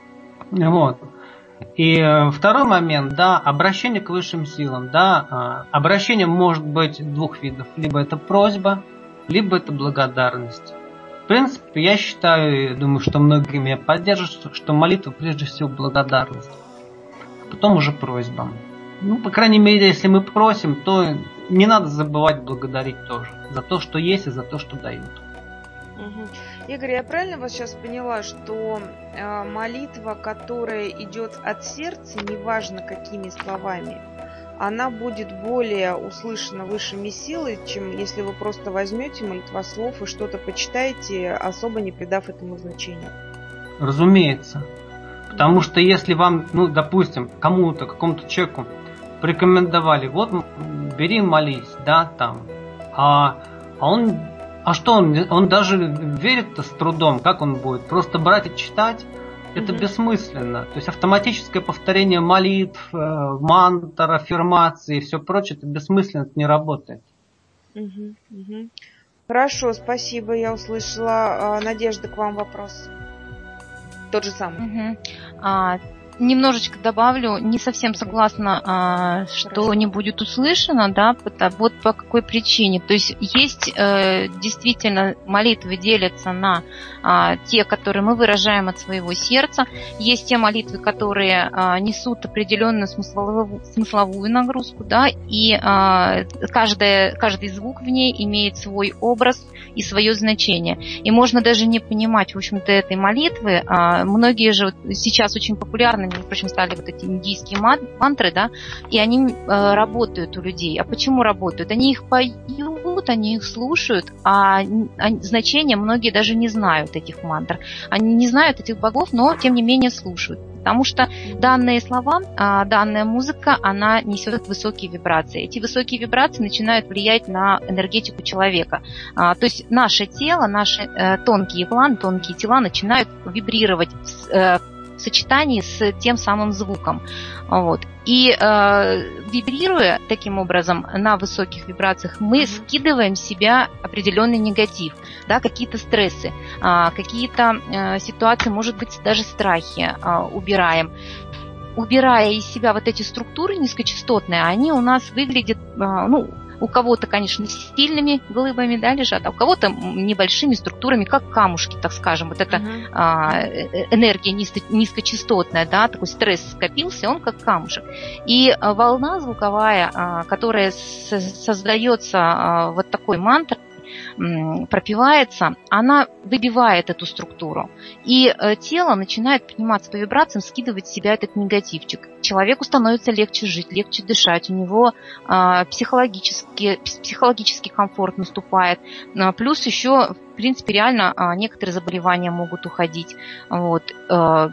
Вот. И э, второй момент, да, обращение к высшим силам, да, э, обращение может быть двух видов. Либо это просьба, либо это благодарность. В принципе, я считаю, и думаю, что многие меня поддержат, что молитва прежде всего благодарность. Потом уже просьба. Ну, по крайней мере, если мы просим, то не надо забывать благодарить тоже. За то, что есть, и за то, что дают. Мгм. Игорь, я правильно вас сейчас поняла, что э, молитва, которая идет от сердца, неважно какими словами, она будет более услышана высшими силой, чем если вы просто возьмете молитвослов и что-то почитаете, особо не придав этому значения? Разумеется. Потому что если вам, ну, допустим, кому-то, какому-то человеку порекомендовали, вот бери, молись, да, там, а, а он, а что он, он даже верит-то с трудом, как он будет? Просто брать и читать, это Мгм. бессмысленно. То есть автоматическое повторение молитв, э, мантр, аффирмации и все прочее, это бессмысленно, это не работает. Мгм, мгм. Хорошо, спасибо, я услышала. А, Надежда, к вам вопрос. Тот же самый. Мгм. А, немножечко добавлю, не совсем согласна, а, что Хорошо. не будет услышано, да, пото- вот по какой причине. То есть есть э, действительно молитвы делятся на а, те, которые мы выражаем от своего сердца, есть те молитвы, которые а, несут определенную смысловую, смысловую нагрузку, да, и а, каждая, каждый звук в ней имеет свой образ и свое значение. И можно даже не понимать, в общем-то, этой молитвы. А, многие же вот сейчас очень популярны, между прочим, стали вот эти индийские ман- мантры, да, и они э, работают у людей. А почему работают? Они их поют, они их слушают, а, а значения многие даже не знают этих мантр. Они не знают этих богов, но тем не менее слушают. Потому что данные слова, а, данная музыка, она несет высокие вибрации. Эти высокие вибрации начинают влиять на энергетику человека. А, то есть наше тело, наши э, тонкие планы, тонкие тела начинают вибрировать в, э, в сочетании с тем самым звуком. Вот. И э, вибрируя таким образом на высоких вибрациях, мы Мгм. скидываем с себя определенный негатив, да, какие-то стрессы, а, какие-то э, ситуации, может быть, даже страхи а, убираем. Убирая из себя вот эти структуры низкочастотные, они у нас выглядят, а, ну, у кого-то, конечно, сильными глыбами, да, лежат, а у кого-то небольшими структурами, как камушки, так скажем. Вот эта Мгм. а, э- энергия низко- низкочастотная, да, такой стресс скопился, он как камушек. И а, волна звуковая, а, которая с- создается а, вот такой мантрой, м, пропивается, она выбивает эту структуру. И э, тело начинает подниматься по вибрациям, скидывать с себя этот негативчик. Человеку становится легче жить, легче дышать, у него э, психологически, психологический комфорт наступает. А, плюс еще, в принципе, реально а, некоторые заболевания могут уходить. Вот. Э,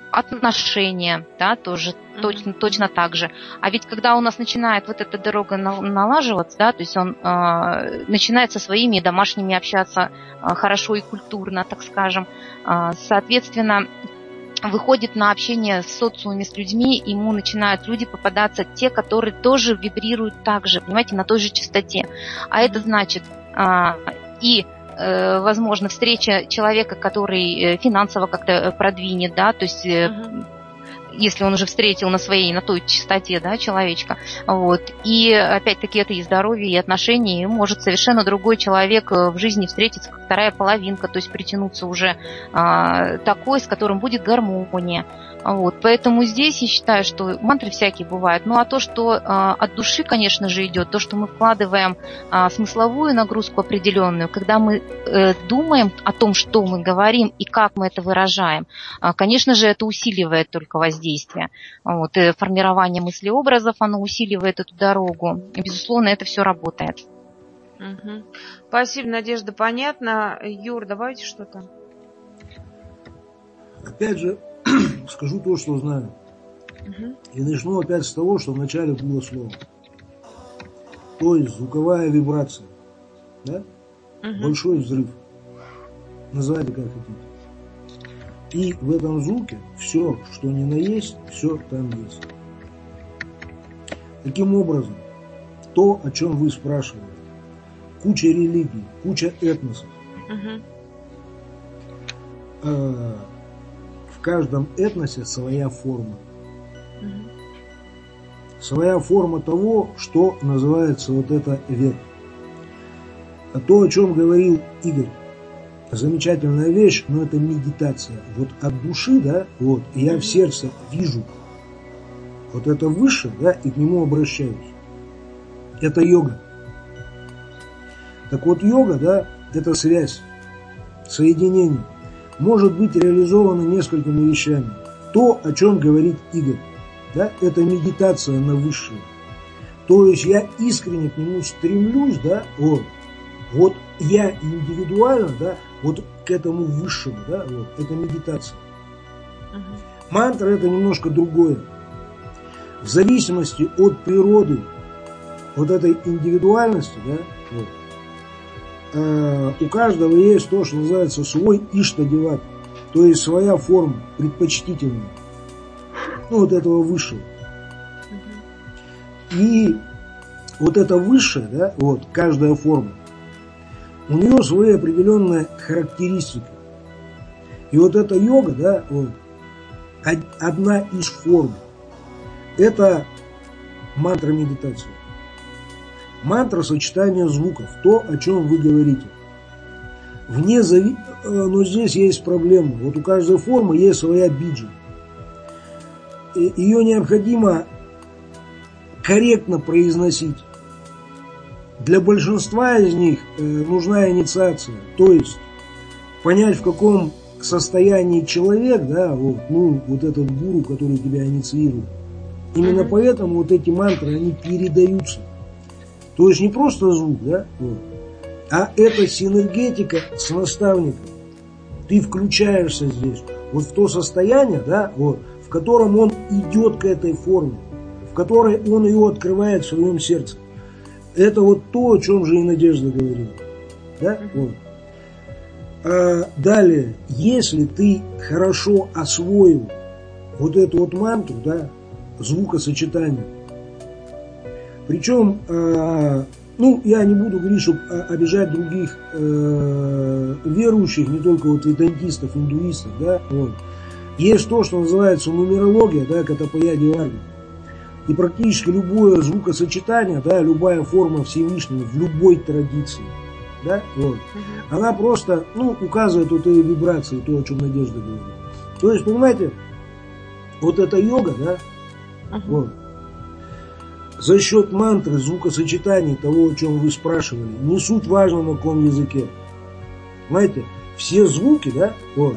отношения, да, тоже Мгм. точно, точно так же. А ведь когда у нас начинает вот эта дорога на- налаживаться, да, то есть он э, начинает со своими домашними общаться э, хорошо и культурно, так скажем, э, соответственно, выходит на общение с социуме, с людьми, ему начинают люди попадаться, те, которые тоже вибрируют так же, понимаете, на той же частоте. А это значит э, и э, возможно, встреча человека, который э, финансово как-то продвинет, да, то есть э, Мгм. если он уже встретил на своей, на той частоте, да, человечка. Вот. И опять-таки это и здоровье, и отношения, и может совершенно другой человек э, в жизни встретиться, как вторая половинка, то есть притянуться уже а, такой, с которым будет гармония. Вот, поэтому здесь я считаю, что мантры всякие бывают. Ну а то, что а, от души, конечно же, идет, то, что мы вкладываем а, смысловую нагрузку определенную, когда мы э, думаем о том, что мы говорим и как мы это выражаем, а, конечно же, это усиливает только воздействие. Вот, и формирование мыслеобразов, оно усиливает эту дорогу. И, безусловно, это все работает. Угу. Спасибо, Надежда, понятно. Юр, добавите что-то? Опять же, скажу то, что знаю. Угу. И начну опять с того, что вначале было слово. То есть звуковая вибрация. Да? Угу. Большой взрыв. Называйте как хотите. И в этом звуке все, что ни на есть, все там есть. Таким образом, то, о чем вы спрашивали, куча религий, куча этносов. Угу. Э, в каждом этносе своя форма. Угу. Своя форма того, что называется вот это вера. А то, о чем говорил Игорь, замечательная вещь, но это медитация. Вот от души, да, вот, я в сердце вижу вот это выше, да, и к нему обращаюсь. Это йога. Так вот, йога, да, это связь, соединение. Может быть реализовано несколькими вещами. То, о чем говорит Игорь, да, это медитация на высшее. То есть я искренне к нему стремлюсь, да, вот. Вот я индивидуально, да, вот к этому высшему, да, вот, это медитация. Угу. Мантра это немножко другое. В зависимости от природы вот этой индивидуальности, да, вот, э, у каждого есть то, что называется свой иштадеват, то есть своя форма, предпочтительная, ну, вот этого высшего. Угу. И вот это высшее, да, вот, каждая форма, у нее свои определенные характеристики. И вот эта йога, да, вот, одна из форм, это мантра медитации. Мантра сочетания звуков, то, о чем вы говорите. Вне зави... Но здесь есть проблема. Вот у каждой формы есть своя биджа. И ее необходимо корректно произносить. Для большинства из них нужна инициация. То есть понять, в каком состоянии человек, да, вот, ну, вот этот гуру, который тебя инициирует. Именно поэтому вот эти мантры, они передаются. То есть не просто звук, да, вот, а это синергетика с наставником. Ты включаешься здесь, вот в то состояние, да, вот, в котором он идет к этой форме, в которой он ее открывает в своем сердце. Это вот то, о чем же и Надежда говорила. Да? Вот. А далее, если ты хорошо освоил вот эту вот мантру, да, звукосочетание, причем, э, ну, я не буду говорить, чтобы обижать других э, верующих, не только вот ведантистов, индуистов, да, вот. Есть то, что называется нумерология, да, Катапаяди Варга. И практически любое звукосочетание, да, любая форма Всевышнего в любой традиции, да, вот, uh-huh. она просто, ну, указывает вот эти вибрации, то, о чем Надежда говорит. То есть, понимаете, вот эта йога, да, uh-huh. вот, за счет мантры, звукосочетаний, того, о чем вы спрашивали, не суть важно на каком языке. Понимаете, все звуки, да, вот,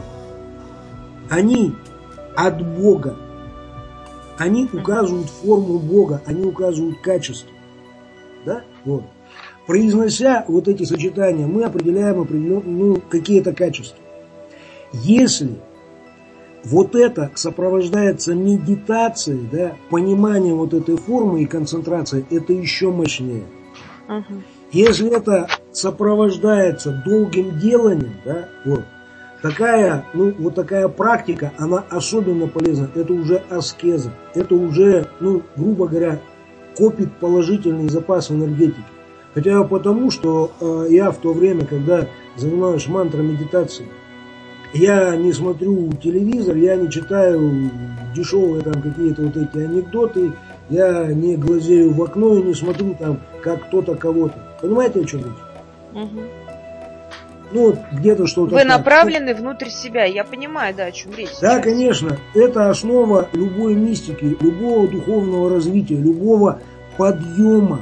они от Бога. Они указывают форму Бога, они указывают качество. Да? Вот. Произнося вот эти сочетания, мы определяем определен... ну, какие-то качества. Если вот это сопровождается медитацией, да, пониманием вот этой формы и концентрацией, это еще мощнее. Uh-huh. Если это сопровождается долгим деланием, да, вот, такая, ну, вот такая практика, она особенно полезна. Это уже аскеза. Это уже, ну, грубо говоря, копит положительный запас энергетики. Хотя потому, что э, я в то время, когда занимаюсь мантра-медитацией, я не смотрю телевизор, я не читаю дешевые там какие-то вот эти анекдоты, я не глазею в окно и не смотрю там, как кто-то кого-то. Понимаете, о чем речь? Угу. ну, где-то что-то... Вы так. направлены внутрь себя. Я понимаю, да, о чем речь. Да, сейчас. конечно. Это основа любой мистики, любого духовного развития, любого подъема.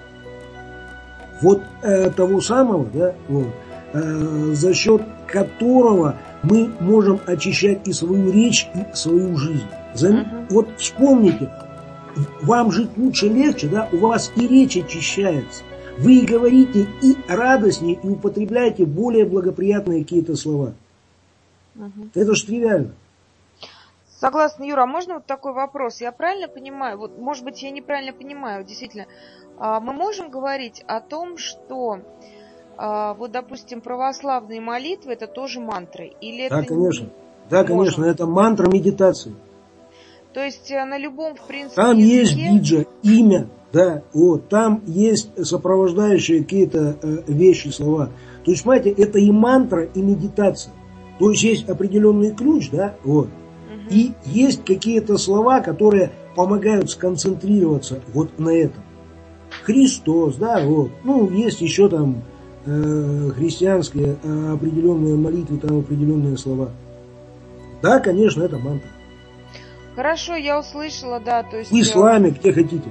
Вот э, того самого, да, вот, э, за счет которого мы можем очищать и свою речь, и свою жизнь. За, uh-huh. Вот вспомните, вам жить лучше, легче, да, у вас и речь очищается. Вы говорите и радостнее, и употребляете более благоприятные какие-то слова. Uh-huh. Это же тривиально. Согласна, Юра, а можно вот такой вопрос? Я правильно понимаю, вот, может быть, я неправильно понимаю, действительно, мы можем говорить о том, что, вот, допустим, православные молитвы – это тоже мантры? Или да, это конечно. Не... Да, конечно, это мантра медитации. То есть на любом, в принципе, там языке... есть биджа, имя, да, вот, там есть сопровождающие какие-то э, вещи, слова. То есть, понимаете, это и мантра, и медитация. То есть, есть определенный ключ, да, вот. Угу. И есть какие-то слова, которые помогают сконцентрироваться вот на этом. Христос, да, вот. Ну, есть еще там э, христианские э, определенные молитвы, там определенные слова. Да, конечно, это мантра. Хорошо, я услышала, да, то есть... В исламе, где хотите.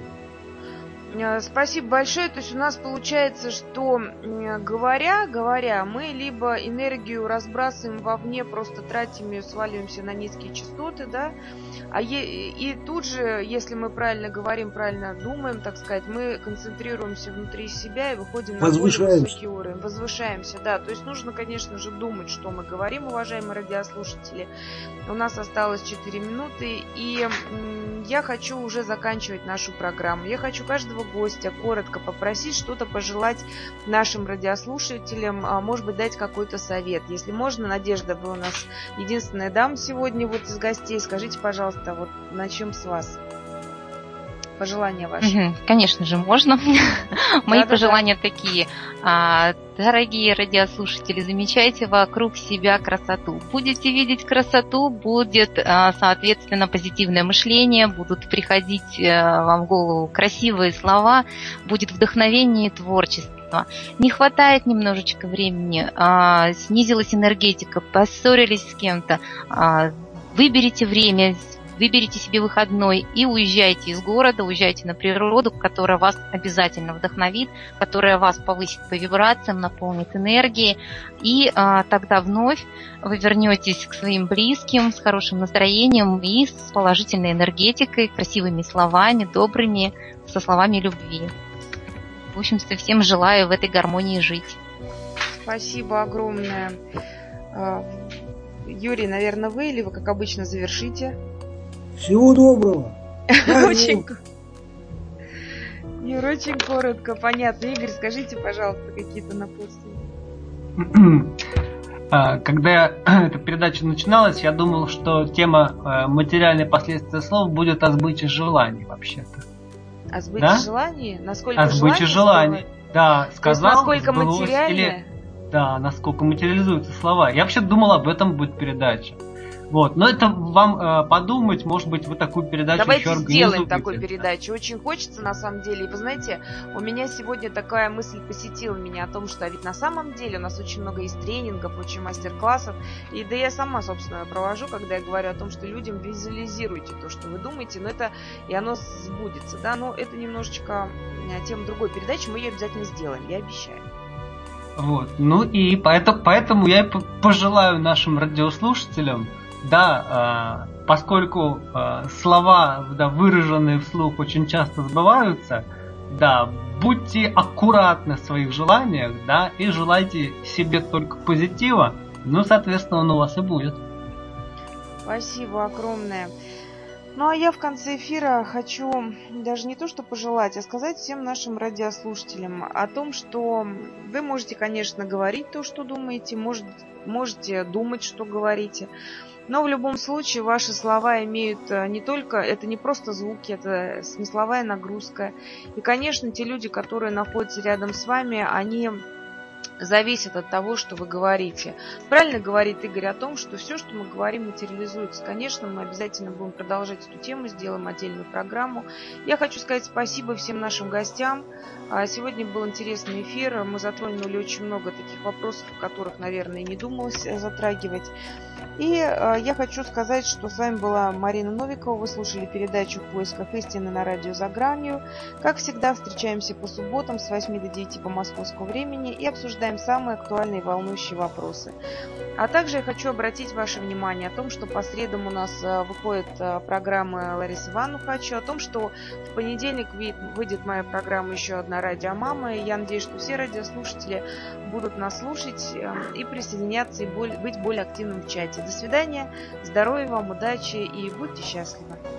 Спасибо большое. То есть у нас получается, что говоря, говоря, мы либо энергию разбрасываем вовне, просто тратим ее, сваливаемся на низкие частоты, да, а е- и тут же, если мы правильно говорим, правильно думаем, так сказать, мы концентрируемся внутри себя и выходим на более высокий уровень, возвышаемся, да. То есть нужно, конечно же, думать, что мы говорим, уважаемые радиослушатели. У нас осталось четыре минуты, и м- я хочу уже заканчивать нашу программу. Я хочу каждого гостя коротко попросить что-то пожелать нашим радиослушателям, а может быть, дать какой-то совет. Если можно, Надежда, вы у нас единственная дама сегодня вот из гостей. Скажите, пожалуйста, вот начнем с вас. Пожелания ваши. Конечно же, можно. Мои пожелания такие. Дорогие радиослушатели, замечайте вокруг себя красоту. Будете видеть красоту, будет, соответственно, позитивное мышление, будут приходить вам в голову красивые слова, будет вдохновение и творчество. Не хватает немножечко времени, снизилась энергетика, поссорились с кем-то, выберите время, выберите себе выходной и уезжайте из города, уезжайте на природу, которая вас обязательно вдохновит, которая вас повысит по вибрациям, наполнит энергией. И а, тогда вновь вы вернетесь к своим близким с хорошим настроением и с положительной энергетикой, красивыми словами, добрыми, со словами любви. В общем-то, всем желаю в этой гармонии жить. Спасибо огромное. Юрий, наверное, вы или вы, как обычно, завершите? Всего доброго. Очень, Юр, очень коротко, понятно. Игорь, скажите, пожалуйста, какие-то напутствия. Когда эта передача начиналась, я думал, что тема материальные последствия слов будет о сбыче желаний, вообще-то. О сбыче да? желаний? Насколько о сбыче желаний, да. Сказать, насколько материальные? Или... Да, насколько материализуются слова. Я вообще думал, об этом будет передача. Вот, но это вам э, подумать, может быть, вы такую передачу Давайте еще организуете. Давайте сделаем такую передачу. Очень хочется, на самом деле. И вы знаете, у меня сегодня такая мысль посетила меня о том, что а ведь на самом деле у нас очень много есть тренингов, очень мастер-классов. И да я сама, собственно, провожу, когда я говорю о том, что людям визуализируйте то, что вы думаете, но это и оно сбудется, да. Но это немножечко тема другой передачи, мы ее обязательно сделаем, я обещаю. Вот, ну и поэтому, поэтому я пожелаю нашим радиослушателям, да, э, поскольку э, слова, да, выраженные вслух, очень часто сбываются, да, будьте аккуратны в своих желаниях, да, и желайте себе только позитива, ну, соответственно, он у вас и будет. Спасибо огромное. Ну, а я в конце эфира хочу даже не то что пожелать, а сказать всем нашим радиослушателям о том, что вы можете, конечно, говорить то, что думаете, может, можете думать, что говорите, но в любом случае ваши слова имеют не только, это не просто звуки, это смысловая нагрузка. И, конечно, те люди, которые находятся рядом с вами, они зависит от того, что вы говорите. Правильно говорит Игорь о том, что все, что мы говорим, материализуется. Конечно, мы обязательно будем продолжать эту тему, сделаем отдельную программу. Я хочу сказать спасибо всем нашим гостям. Сегодня был интересный эфир. Мы затронули очень много таких вопросов, о которых, наверное, не думалось затрагивать. И я хочу сказать, что с вами была Марина Новикова. Вы слушали передачу «В поисках истины» на радио «За гранью». Как всегда, встречаемся по субботам с восьми до девяти по московскому времени и обсуждаем самые актуальные и волнующие вопросы. А также я хочу обратить ваше внимание о том, что по средам у нас выходит программа Ларисы Ванухачу, о том, что в понедельник выйдет моя программа «Еще одна радио мама». И я надеюсь, что все радиослушатели будут нас слушать и присоединяться, и быть более активным в чате. До свидания, здоровья вам, удачи и будьте счастливы.